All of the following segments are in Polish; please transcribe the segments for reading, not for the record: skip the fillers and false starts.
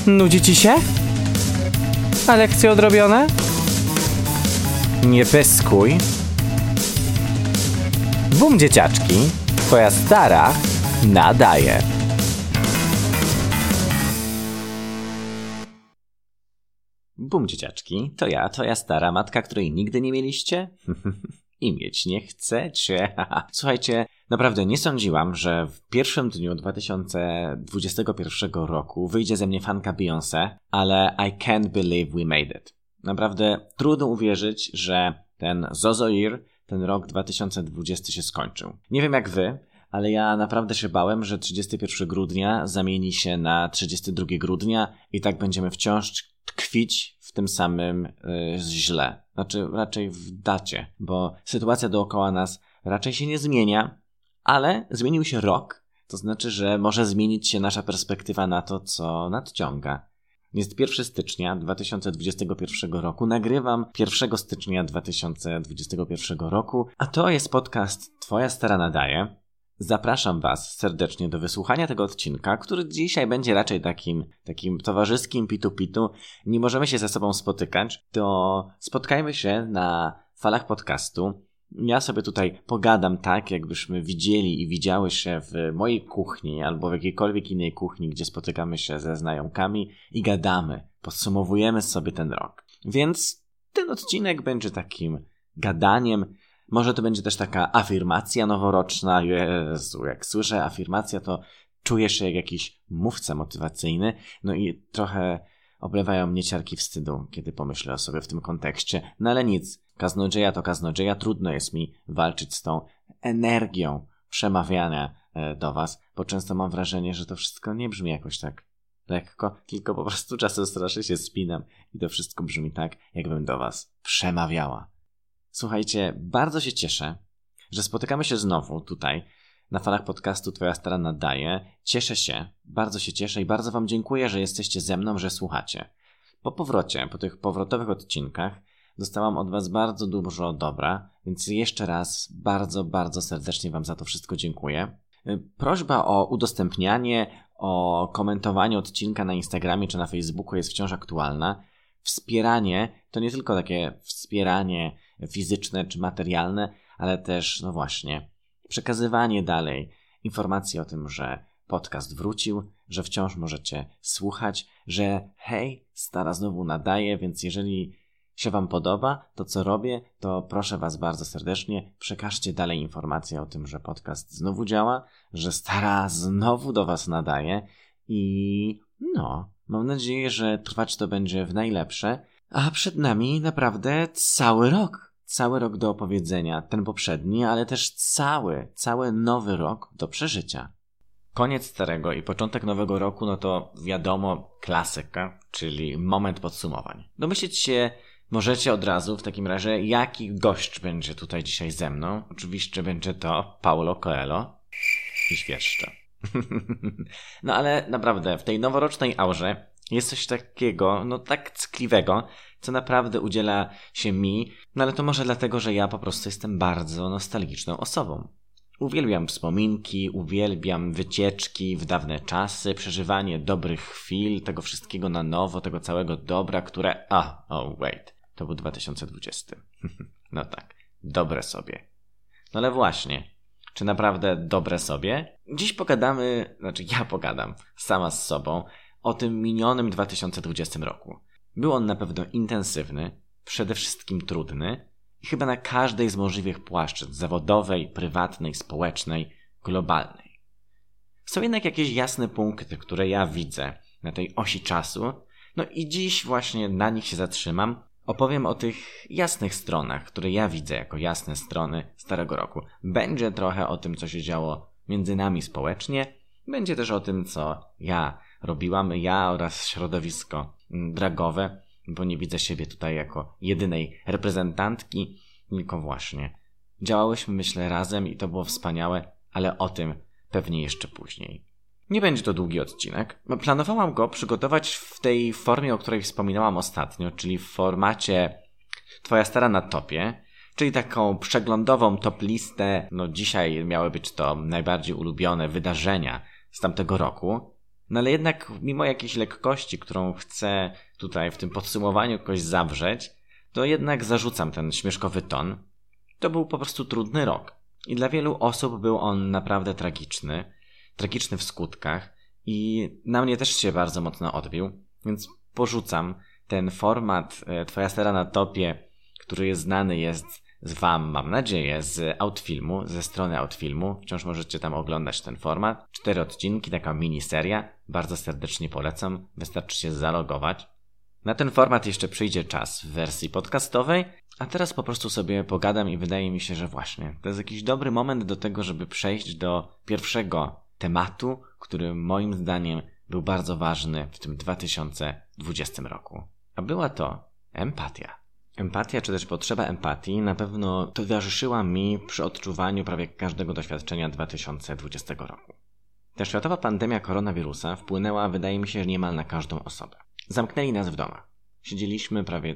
Nudzi ci się? A lekcje odrobione? Nie pyskuj. Bum dzieciaczki, twoja stara nadaje. Bum dzieciaczki, to ja, twoja stara matka, której nigdy nie mieliście? I mieć nie chcecie. Słuchajcie, naprawdę nie sądziłam, że w pierwszym dniu 2021 roku wyjdzie ze mnie fanka Beyoncé, ale I can't believe we made it. Naprawdę trudno uwierzyć, że ten Zozo Year, ten rok 2020 się skończył. Nie wiem jak wy, ale ja naprawdę się bałem, że 31 grudnia zamieni się na 32 grudnia i tak będziemy wciąż tkwić w tym samym źle. Znaczy raczej w dacie, bo sytuacja dookoła nas raczej się nie zmienia, ale zmienił się rok, to znaczy, że może zmienić się nasza perspektywa na to, co nadciąga. Jest 1 stycznia 2021 roku, nagrywam 1 stycznia 2021 roku, a to jest podcast Twoja stara nadaje. Zapraszam Was serdecznie do wysłuchania tego odcinka, który dzisiaj będzie raczej takim towarzyskim pitu-pitu. Nie możemy się ze sobą spotykać, to spotkajmy się na falach podcastu. Ja sobie tutaj pogadam tak, jakbyśmy widzieli i widziały się w mojej kuchni albo w jakiejkolwiek innej kuchni, gdzie spotykamy się ze znajomkami i gadamy, podsumowujemy sobie ten rok. Więc ten odcinek będzie takim gadaniem. Może to będzie też taka afirmacja noworoczna. Jezu, jak słyszę afirmacja, to czuję się jak jakiś mówca motywacyjny. No i trochę oblewają mnie ciarki wstydu, kiedy pomyślę o sobie w tym kontekście. No ale nic, kaznodzieja to kaznodzieja. Trudno jest mi walczyć z tą energią przemawiania do was, bo często mam wrażenie, że to wszystko nie brzmi jakoś tak lekko, tylko po prostu czasem strasznie się spinam i to wszystko brzmi tak, jakbym do was przemawiała. Słuchajcie, bardzo się cieszę, że spotykamy się znowu tutaj na falach podcastu Twoja stara nadaje. Cieszę się, bardzo się cieszę i bardzo wam dziękuję, że jesteście ze mną, że słuchacie. Po powrocie, po tych powrotowych odcinkach dostałam od was bardzo dużo dobra, więc jeszcze raz bardzo, bardzo serdecznie wam za to wszystko dziękuję. Prośba o udostępnianie, o komentowanie odcinka na Instagramie czy na Facebooku jest wciąż aktualna. Wspieranie to nie tylko takie wspieranie fizyczne czy materialne, ale też, no właśnie, przekazywanie dalej informacji o tym, że podcast wrócił, że wciąż możecie słuchać, że hej, stara znowu nadaje, więc jeżeli się wam podoba to, co robię, to proszę was bardzo serdecznie, przekażcie dalej informacje o tym, że podcast znowu działa, że stara znowu do was nadaje i no, mam nadzieję, że trwać to będzie w najlepsze, a przed nami naprawdę cały rok. Cały rok do opowiedzenia, ten poprzedni, ale też cały nowy rok do przeżycia. Koniec starego i początek nowego roku, no to wiadomo, klasyka, czyli moment podsumowań. Domyślić się możecie od razu w takim razie, jaki gość będzie tutaj dzisiaj ze mną. Oczywiście będzie to Paulo Coelho i świerszcza. No ale naprawdę, w tej noworocznej aurze jest coś takiego, no tak ckliwego, co naprawdę udziela się mi, no ale to może dlatego, że ja po prostu jestem bardzo nostalgiczną osobą. Uwielbiam wspominki, uwielbiam wycieczki w dawne czasy, przeżywanie dobrych chwil, tego wszystkiego na nowo, tego całego dobra, które... to był 2020. No tak, dobre sobie. No ale właśnie, czy naprawdę dobre sobie? Dziś ja pogadam sama z sobą o tym minionym 2020 roku. Był on na pewno intensywny, przede wszystkim trudny i chyba na każdej z możliwych płaszczyzn zawodowej, prywatnej, społecznej, globalnej. Są jednak jakieś jasne punkty, które ja widzę na tej osi czasu, no i dziś właśnie na nich się zatrzymam. Opowiem o tych jasnych stronach, które ja widzę jako jasne strony starego roku. Będzie trochę o tym, co się działo między nami społecznie, będzie też o tym, co ja robiłam, ja oraz środowisko dragowe, bo nie widzę siebie tutaj jako jedynej reprezentantki, tylko właśnie działałyśmy, myślę, razem i to było wspaniałe, ale o tym pewnie jeszcze później. Nie będzie to długi odcinek. Planowałam go przygotować w tej formie, o której wspominałam ostatnio, czyli w formacie Twoja stara na topie, czyli taką przeglądową top listę. No dzisiaj miały być to najbardziej ulubione wydarzenia z tamtego roku. No ale jednak mimo jakiejś lekkości, którą chcę tutaj w tym podsumowaniu jakoś zawrzeć, to jednak zarzucam ten śmieszkowy ton. To był po prostu trudny rok. I dla wielu osób był on naprawdę tragiczny. Tragiczny w skutkach. I na mnie też się bardzo mocno odbił. Więc porzucam ten format Twoja stara na topie, który znany jest Wam, mam nadzieję, z Outfilmu, ze strony Outfilmu. Wciąż możecie tam oglądać ten format. 4 odcinki, taka miniseria. Bardzo serdecznie polecam. Wystarczy się zalogować. Na ten format jeszcze przyjdzie czas w wersji podcastowej, a teraz po prostu sobie pogadam i wydaje mi się, że właśnie to jest jakiś dobry moment do tego, żeby przejść do pierwszego tematu, który moim zdaniem był bardzo ważny w tym 2020 roku. A była to empatia. Empatia, czy też potrzeba empatii na pewno towarzyszyła mi przy odczuwaniu prawie każdego doświadczenia 2020 roku. Ta światowa pandemia koronawirusa wpłynęła, wydaje mi się, niemal na każdą osobę. Zamknęli nas w domach. Siedzieliśmy prawie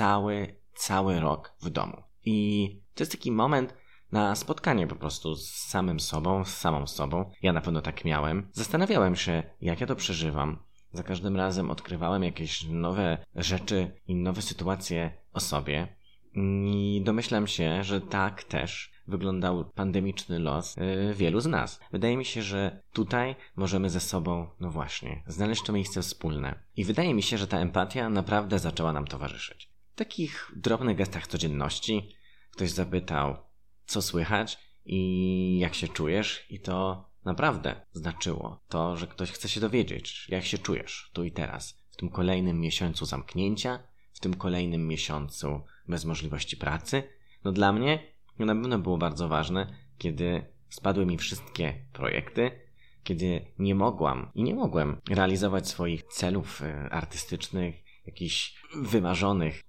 cały rok w domu. I to jest taki moment na spotkanie po prostu z samym sobą, z samą sobą. Ja na pewno tak miałem. Zastanawiałem się, jak ja to przeżywam. Za każdym razem odkrywałem jakieś nowe rzeczy i nowe sytuacje o sobie. I domyślam się, że tak też wyglądał pandemiczny los wielu z nas. Wydaje mi się, że tutaj możemy ze sobą, no właśnie, znaleźć to miejsce wspólne. I wydaje mi się, że ta empatia naprawdę zaczęła nam towarzyszyć. W takich drobnych gestach codzienności ktoś zapytał, co słychać i jak się czujesz, i to naprawdę znaczyło to, że ktoś chce się dowiedzieć, jak się czujesz tu i teraz, w tym kolejnym miesiącu zamknięcia, w tym kolejnym miesiącu bez możliwości pracy. No dla mnie na pewno było bardzo ważne, kiedy spadły mi wszystkie projekty, kiedy nie mogłem realizować swoich celów artystycznych, jakichś wymarzonych,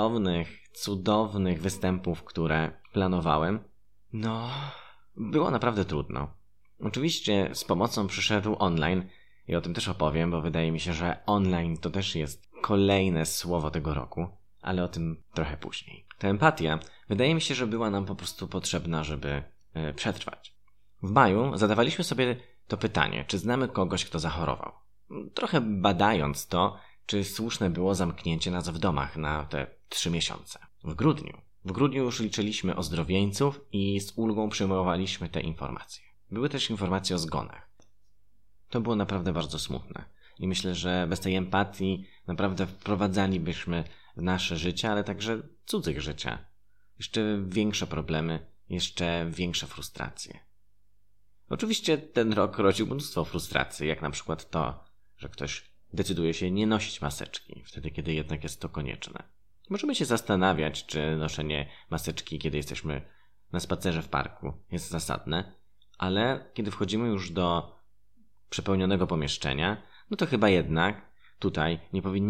cudownych występów, które planowałem. No, było naprawdę trudno. Oczywiście z pomocą przyszedł online i o tym też opowiem, bo wydaje mi się, że online to też jest kolejne słowo tego roku, ale o tym trochę później. Ta empatia wydaje mi się, że była nam po prostu potrzebna, żeby przetrwać. W maju zadawaliśmy sobie to pytanie, czy znamy kogoś, kto zachorował. Trochę badając to, czy słuszne było zamknięcie nas w domach na te 3 miesiące. W grudniu już liczyliśmy ozdrowieńców i z ulgą przyjmowaliśmy te informacje. Były też informacje o zgonach. To było naprawdę bardzo smutne. I myślę, że bez tej empatii naprawdę wprowadzalibyśmy w nasze życie, ale także cudzych życia jeszcze większe problemy, jeszcze większe frustracje. Oczywiście ten rok rodził mnóstwo frustracji, jak na przykład to, że ktoś decyduje się nie nosić maseczki, wtedy kiedy jednak jest to konieczne. Możemy się zastanawiać, czy noszenie maseczki, kiedy jesteśmy na spacerze w parku, jest zasadne, ale kiedy wchodzimy już do przepełnionego pomieszczenia, no to chyba jednak tutaj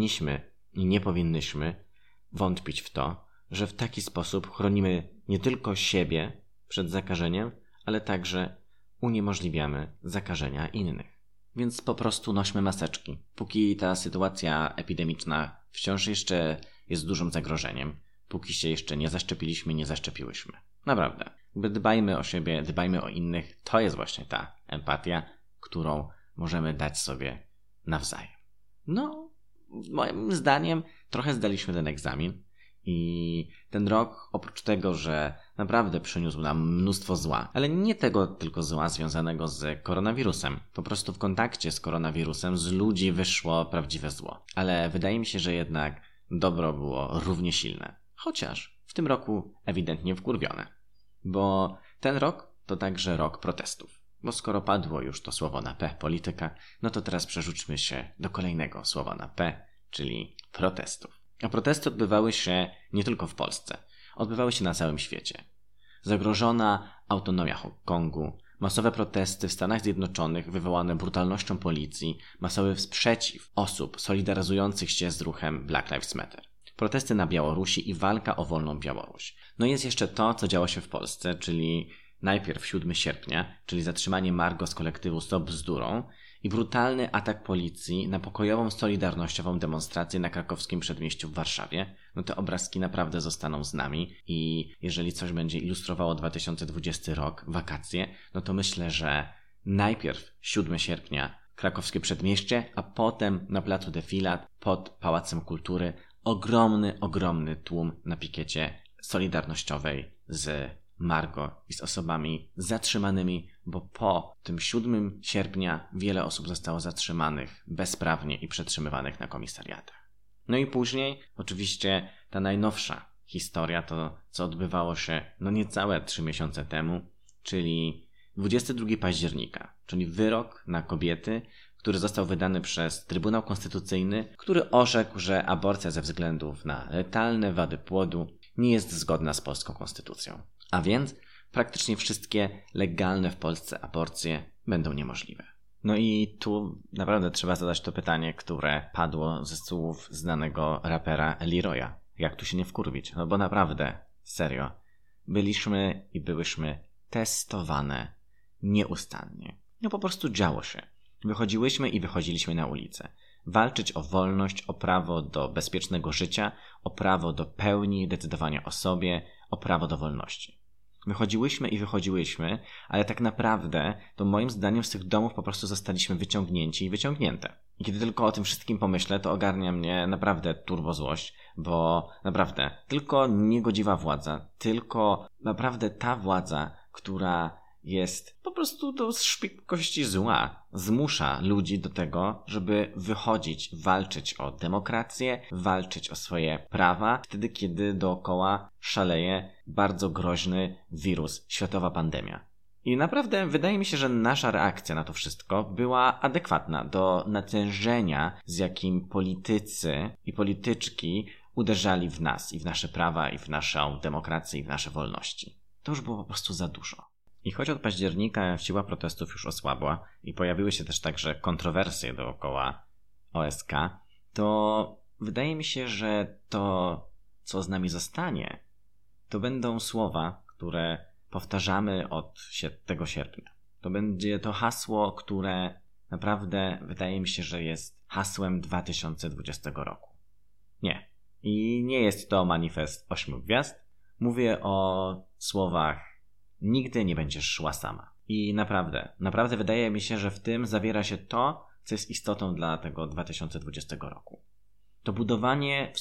nie powinnyśmy wątpić w to, że w taki sposób chronimy nie tylko siebie przed zakażeniem, ale także uniemożliwiamy zakażenia innych. Więc po prostu nośmy maseczki. Póki ta sytuacja epidemiczna wciąż jeszcze jest dużym zagrożeniem, póki się jeszcze nie zaszczepiliśmy, nie zaszczepiłyśmy. Naprawdę. Dbajmy o siebie, dbajmy o innych. To jest właśnie ta empatia, którą możemy dać sobie nawzajem. No, moim zdaniem trochę zdaliśmy ten egzamin i ten rok, oprócz tego, że naprawdę przyniósł nam mnóstwo zła, ale nie tego tylko zła związanego z koronawirusem. Po prostu w kontakcie z koronawirusem z ludzi wyszło prawdziwe zło. Ale wydaje mi się, że jednak dobro było równie silne. Chociaż w tym roku ewidentnie wkurwione. Bo ten rok to także rok protestów. Bo skoro padło już to słowo na P, polityka, no to teraz przerzućmy się do kolejnego słowa na P, czyli protestów. A protesty odbywały się nie tylko w Polsce. Odbywały się na całym świecie. Zagrożona autonomia Hongkongu, masowe protesty w Stanach Zjednoczonych wywołane brutalnością policji, masowy sprzeciw osób solidaryzujących się z ruchem Black Lives Matter. Protesty na Białorusi i walka o wolną Białoruś. No i jest jeszcze to, co działo się w Polsce, czyli najpierw 7 sierpnia, czyli zatrzymanie Margo z kolektywu Stop Bzdurą i brutalny atak policji na pokojową, solidarnościową demonstrację na krakowskim przedmieściu w Warszawie. No te obrazki naprawdę zostaną z nami i jeżeli coś będzie ilustrowało 2020 rok, wakacje, no to myślę, że najpierw 7 sierpnia krakowskie przedmieście, a potem na placu Defilat pod Pałacem Kultury ogromny tłum na pikiecie solidarnościowej z Margo i z osobami zatrzymanymi, bo po tym 7 sierpnia wiele osób zostało zatrzymanych bezprawnie i przetrzymywanych na komisariatach. No i później oczywiście ta najnowsza historia, to co odbywało się niecałe 3 miesiące temu, czyli 22 października, czyli wyrok na kobiety, który został wydany przez Trybunał Konstytucyjny, który orzekł, że aborcja ze względów na letalne wady płodu nie jest zgodna z polską konstytucją. A więc praktycznie wszystkie legalne w Polsce aborcje będą niemożliwe. No i tu naprawdę trzeba zadać to pytanie, które padło ze słów znanego rapera Leroya. Jak tu się nie wkurwić? No bo naprawdę, serio, byłyśmy testowane nieustannie. No po prostu działo się. Wychodziłyśmy i wychodziliśmy na ulicę. Walczyć o wolność, o prawo do bezpiecznego życia, o prawo do pełni decydowania o sobie, o prawo do wolności. Wychodziłyśmy i wychodziłyśmy, ale tak naprawdę to moim zdaniem z tych domów po prostu zostaliśmy wyciągnięci i wyciągnięte. I kiedy tylko o tym wszystkim pomyślę, to ogarnia mnie naprawdę turbozłość, bo naprawdę tylko niegodziwa władza, tylko naprawdę ta władza, która jest po prostu do szpikości zła, zmusza ludzi do tego, żeby wychodzić, walczyć o demokrację, walczyć o swoje prawa, wtedy kiedy dookoła szaleje bardzo groźny wirus, światowa pandemia. I naprawdę wydaje mi się, że nasza reakcja na to wszystko była adekwatna do natężenia, z jakim politycy i polityczki uderzali w nas i w nasze prawa i w naszą demokrację i w nasze wolności. To już było po prostu za dużo. I choć od października siła protestów już osłabła i pojawiły się też także kontrowersje dookoła OSK, to wydaje mi się, że to, co z nami zostanie, to będą słowa, które powtarzamy od tego sierpnia. To będzie to hasło, które naprawdę wydaje mi się, że jest hasłem 2020 roku. Nie. I nie jest to manifest 8 gwiazd. Mówię o słowach nigdy nie będziesz szła sama. I naprawdę wydaje mi się, że w tym zawiera się to, co jest istotą dla tego 2020 roku. To budowanie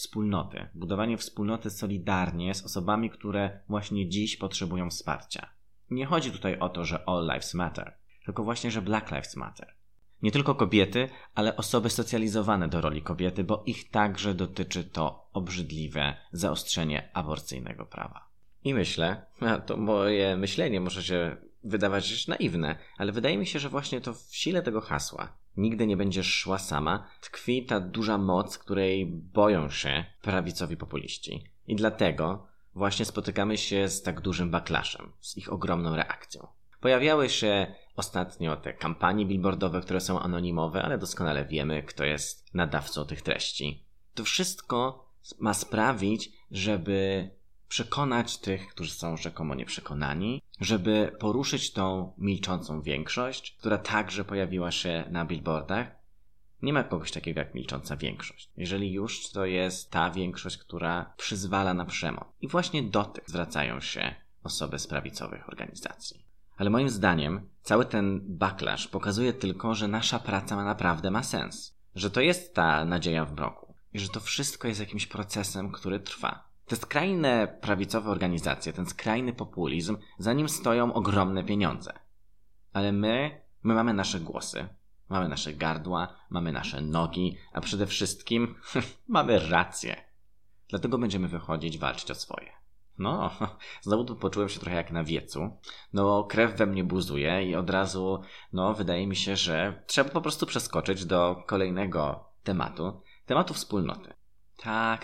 wspólnoty solidarnie z osobami, które właśnie dziś potrzebują wsparcia. Nie chodzi tutaj o to, że all lives matter, tylko właśnie, że Black Lives Matter. Nie tylko kobiety, ale osoby socjalizowane do roli kobiety, bo ich także dotyczy to obrzydliwe zaostrzenie aborcyjnego prawa. I myślę, to moje myślenie może się wydawać naiwne, ale wydaje mi się, że właśnie to w sile tego hasła nigdy nie będziesz szła sama tkwi ta duża moc, której boją się prawicowi populiści. I dlatego właśnie spotykamy się z tak dużym backlashem, z ich ogromną reakcją. Pojawiały się ostatnio te kampanie billboardowe, które są anonimowe, ale doskonale wiemy, kto jest nadawcą tych treści. To wszystko ma sprawić, żeby przekonać tych, którzy są rzekomo nieprzekonani, żeby poruszyć tą milczącą większość, która także pojawiła się na billboardach. Nie ma kogoś takiego jak milcząca większość. Jeżeli już, to jest ta większość, która przyzwala na przemoc. I właśnie do tych zwracają się osoby z prawicowych organizacji. Ale moim zdaniem cały ten backlash pokazuje tylko, że nasza praca naprawdę ma sens. Że to jest ta nadzieja w mroku. I że to wszystko jest jakimś procesem, który trwa. Te skrajne prawicowe organizacje, ten skrajny populizm, za nim stoją ogromne pieniądze. Ale my mamy nasze głosy, mamy nasze gardła, mamy nasze nogi, a przede wszystkim mamy rację. Dlatego będziemy wychodzić, walczyć o swoje. No, znowu tu poczułem się trochę jak na wiecu. No, krew we mnie buzuje i od razu, wydaje mi się, że trzeba po prostu przeskoczyć do kolejnego tematu wspólnoty. Tak.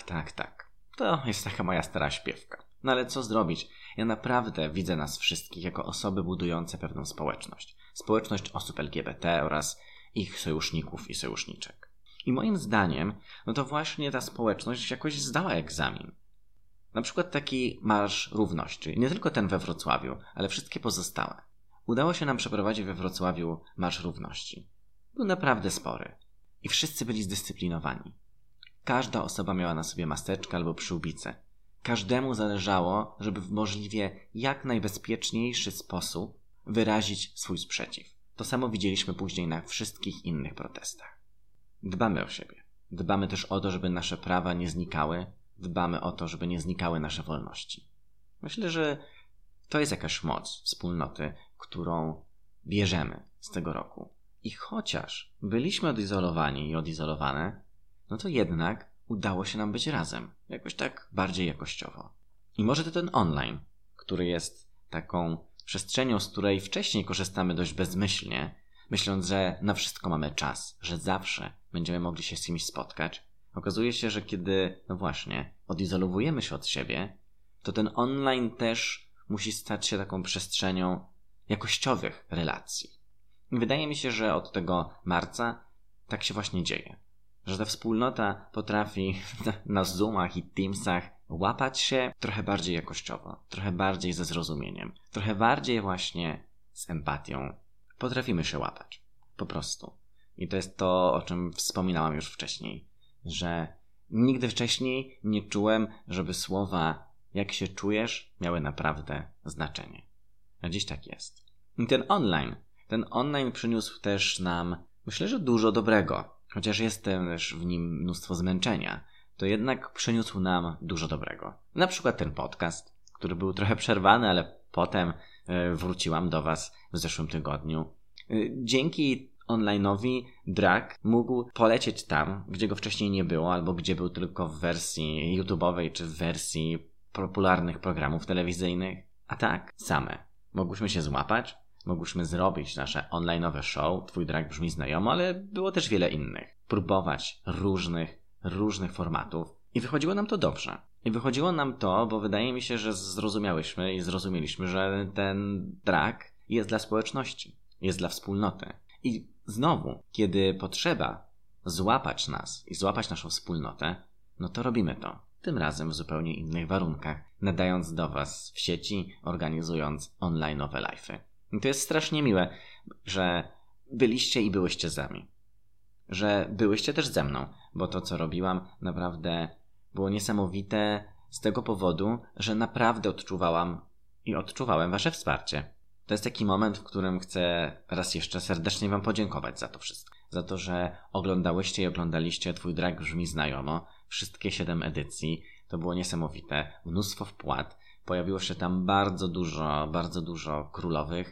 To jest taka moja stara śpiewka. No ale co zrobić? Ja naprawdę widzę nas wszystkich jako osoby budujące pewną społeczność. Społeczność osób LGBT oraz ich sojuszników i sojuszniczek. I moim zdaniem, to właśnie ta społeczność jakoś zdała egzamin. Na przykład taki Marsz Równości. Nie tylko ten we Wrocławiu, ale wszystkie pozostałe. Udało się nam przeprowadzić we Wrocławiu Marsz Równości. Był naprawdę spory. I wszyscy byli zdyscyplinowani. Każda osoba miała na sobie maseczkę albo przyłbicę. Każdemu zależało, żeby w możliwie jak najbezpieczniejszy sposób wyrazić swój sprzeciw. To samo widzieliśmy później na wszystkich innych protestach. Dbamy o siebie. Dbamy też o to, żeby nasze prawa nie znikały. Dbamy o to, żeby nie znikały nasze wolności. Myślę, że to jest jakaś moc wspólnoty, którą bierzemy z tego roku. I chociaż byliśmy odizolowani i odizolowane, no to jednak udało się nam być razem. Jakoś tak bardziej jakościowo. I może to ten online, który jest taką przestrzenią, z której wcześniej korzystamy dość bezmyślnie, myśląc, że na wszystko mamy czas, że zawsze będziemy mogli się z kimś spotkać. Okazuje się, że kiedy, no właśnie, odizolowujemy się od siebie, to ten online też musi stać się taką przestrzenią jakościowych relacji. I wydaje mi się, że od tego marca tak się właśnie dzieje. Że ta wspólnota potrafi na Zoomach i Teamsach łapać się trochę bardziej jakościowo, trochę bardziej ze zrozumieniem, trochę bardziej właśnie z empatią. Potrafimy się łapać. Po prostu. I to jest to, o czym wspominałam już wcześniej. Że nigdy wcześniej nie czułem, żeby słowa jak się czujesz miały naprawdę znaczenie. A dziś tak jest. I ten online przyniósł też nam, myślę, że dużo dobrego. Chociaż jest też w nim mnóstwo zmęczenia, to jednak przyniósł nam dużo dobrego. Na przykład ten podcast, który był trochę przerwany, ale potem wróciłam do Was w zeszłym tygodniu. Dzięki online'owi Drag mógł polecieć tam, gdzie go wcześniej nie było, albo gdzie był tylko w wersji YouTube'owej, czy w wersji popularnych programów telewizyjnych. A tak, same. Mogłyśmy się złapać, mogłyśmy zrobić nasze online'owe show, Twój drag brzmi znajomo, ale było też wiele innych. Próbować różnych formatów i wychodziło nam to dobrze. I wychodziło nam to, bo wydaje mi się, że zrozumiałyśmy i zrozumieliśmy, że ten drag jest dla społeczności, jest dla wspólnoty. I znowu, kiedy potrzeba złapać nas i złapać naszą wspólnotę, no to robimy to. Tym razem w zupełnie innych warunkach, nadając do Was w sieci, organizując online'owe live'y. I to jest strasznie miłe, że byliście i byłyście z nami. Że byłyście też ze mną, bo to, co robiłam, naprawdę było niesamowite z tego powodu, że naprawdę odczuwałem Wasze wsparcie. To jest taki moment, w którym chcę raz jeszcze serdecznie Wam podziękować za to wszystko. Za to, że oglądałyście i oglądaliście Twój drag brzmi znajomo. Wszystkie 7 edycji. To było niesamowite. Mnóstwo wpłat. Pojawiło się tam bardzo dużo królowych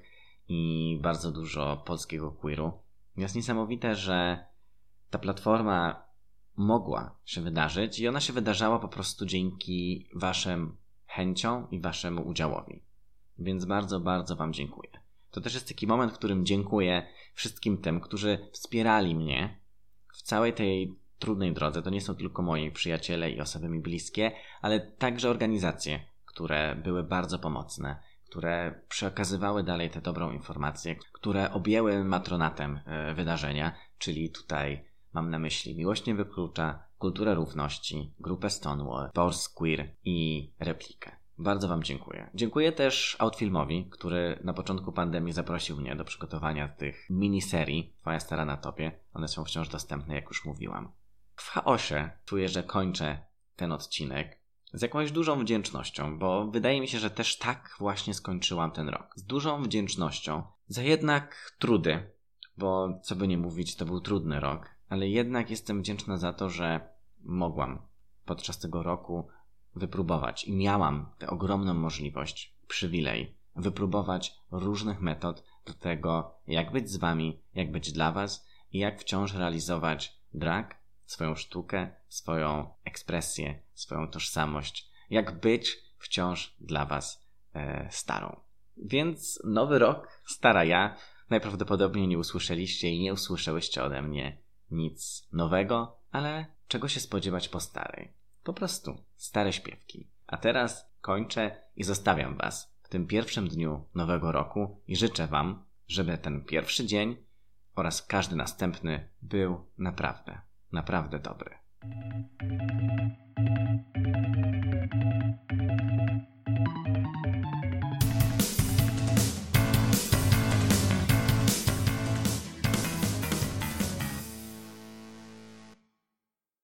i bardzo dużo polskiego queeru. Jest niesamowite, że ta platforma mogła się wydarzyć i ona się wydarzała po prostu dzięki Waszym chęciom i Waszemu udziałowi. Więc bardzo Wam dziękuję. To też jest taki moment, w którym dziękuję wszystkim tym, którzy wspierali mnie w całej tej trudnej drodze. To nie są tylko moi przyjaciele i osoby mi bliskie, ale także organizacje, które były bardzo pomocne, które przekazywały dalej tę dobrą informację, które objęły matronatem wydarzenia, czyli tutaj mam na myśli Miłość nie wyklucza, Kulturę równości, grupę Stonewall, Pors Queer i Replikę. Bardzo Wam dziękuję. Dziękuję też Outfilmowi, który na początku pandemii zaprosił mnie do przygotowania tych miniserii Twoja stara na topie. One są wciąż dostępne, jak już mówiłam. W chaosie czuję, że kończę ten odcinek z jakąś dużą wdzięcznością, bo wydaje mi się, że też tak właśnie skończyłam ten rok. Z dużą wdzięcznością za jednak trudy, bo co by nie mówić, to był trudny rok, ale jednak jestem wdzięczna za to, że mogłam podczas tego roku wypróbować i miałam tę ogromną możliwość, przywilej, wypróbować różnych metod do tego, jak być z Wami, jak być dla Was i jak wciąż realizować drag, swoją sztukę, swoją ekspresję, swoją tożsamość, jak być wciąż dla Was starą. Więc nowy rok, stara ja, najprawdopodobniej nie usłyszeliście i nie usłyszałyście ode mnie nic nowego, ale czego się spodziewać po starej. Po prostu stare śpiewki. A teraz kończę i zostawiam Was w tym pierwszym dniu nowego roku i życzę Wam, żeby ten pierwszy dzień oraz każdy następny był naprawdę dobry.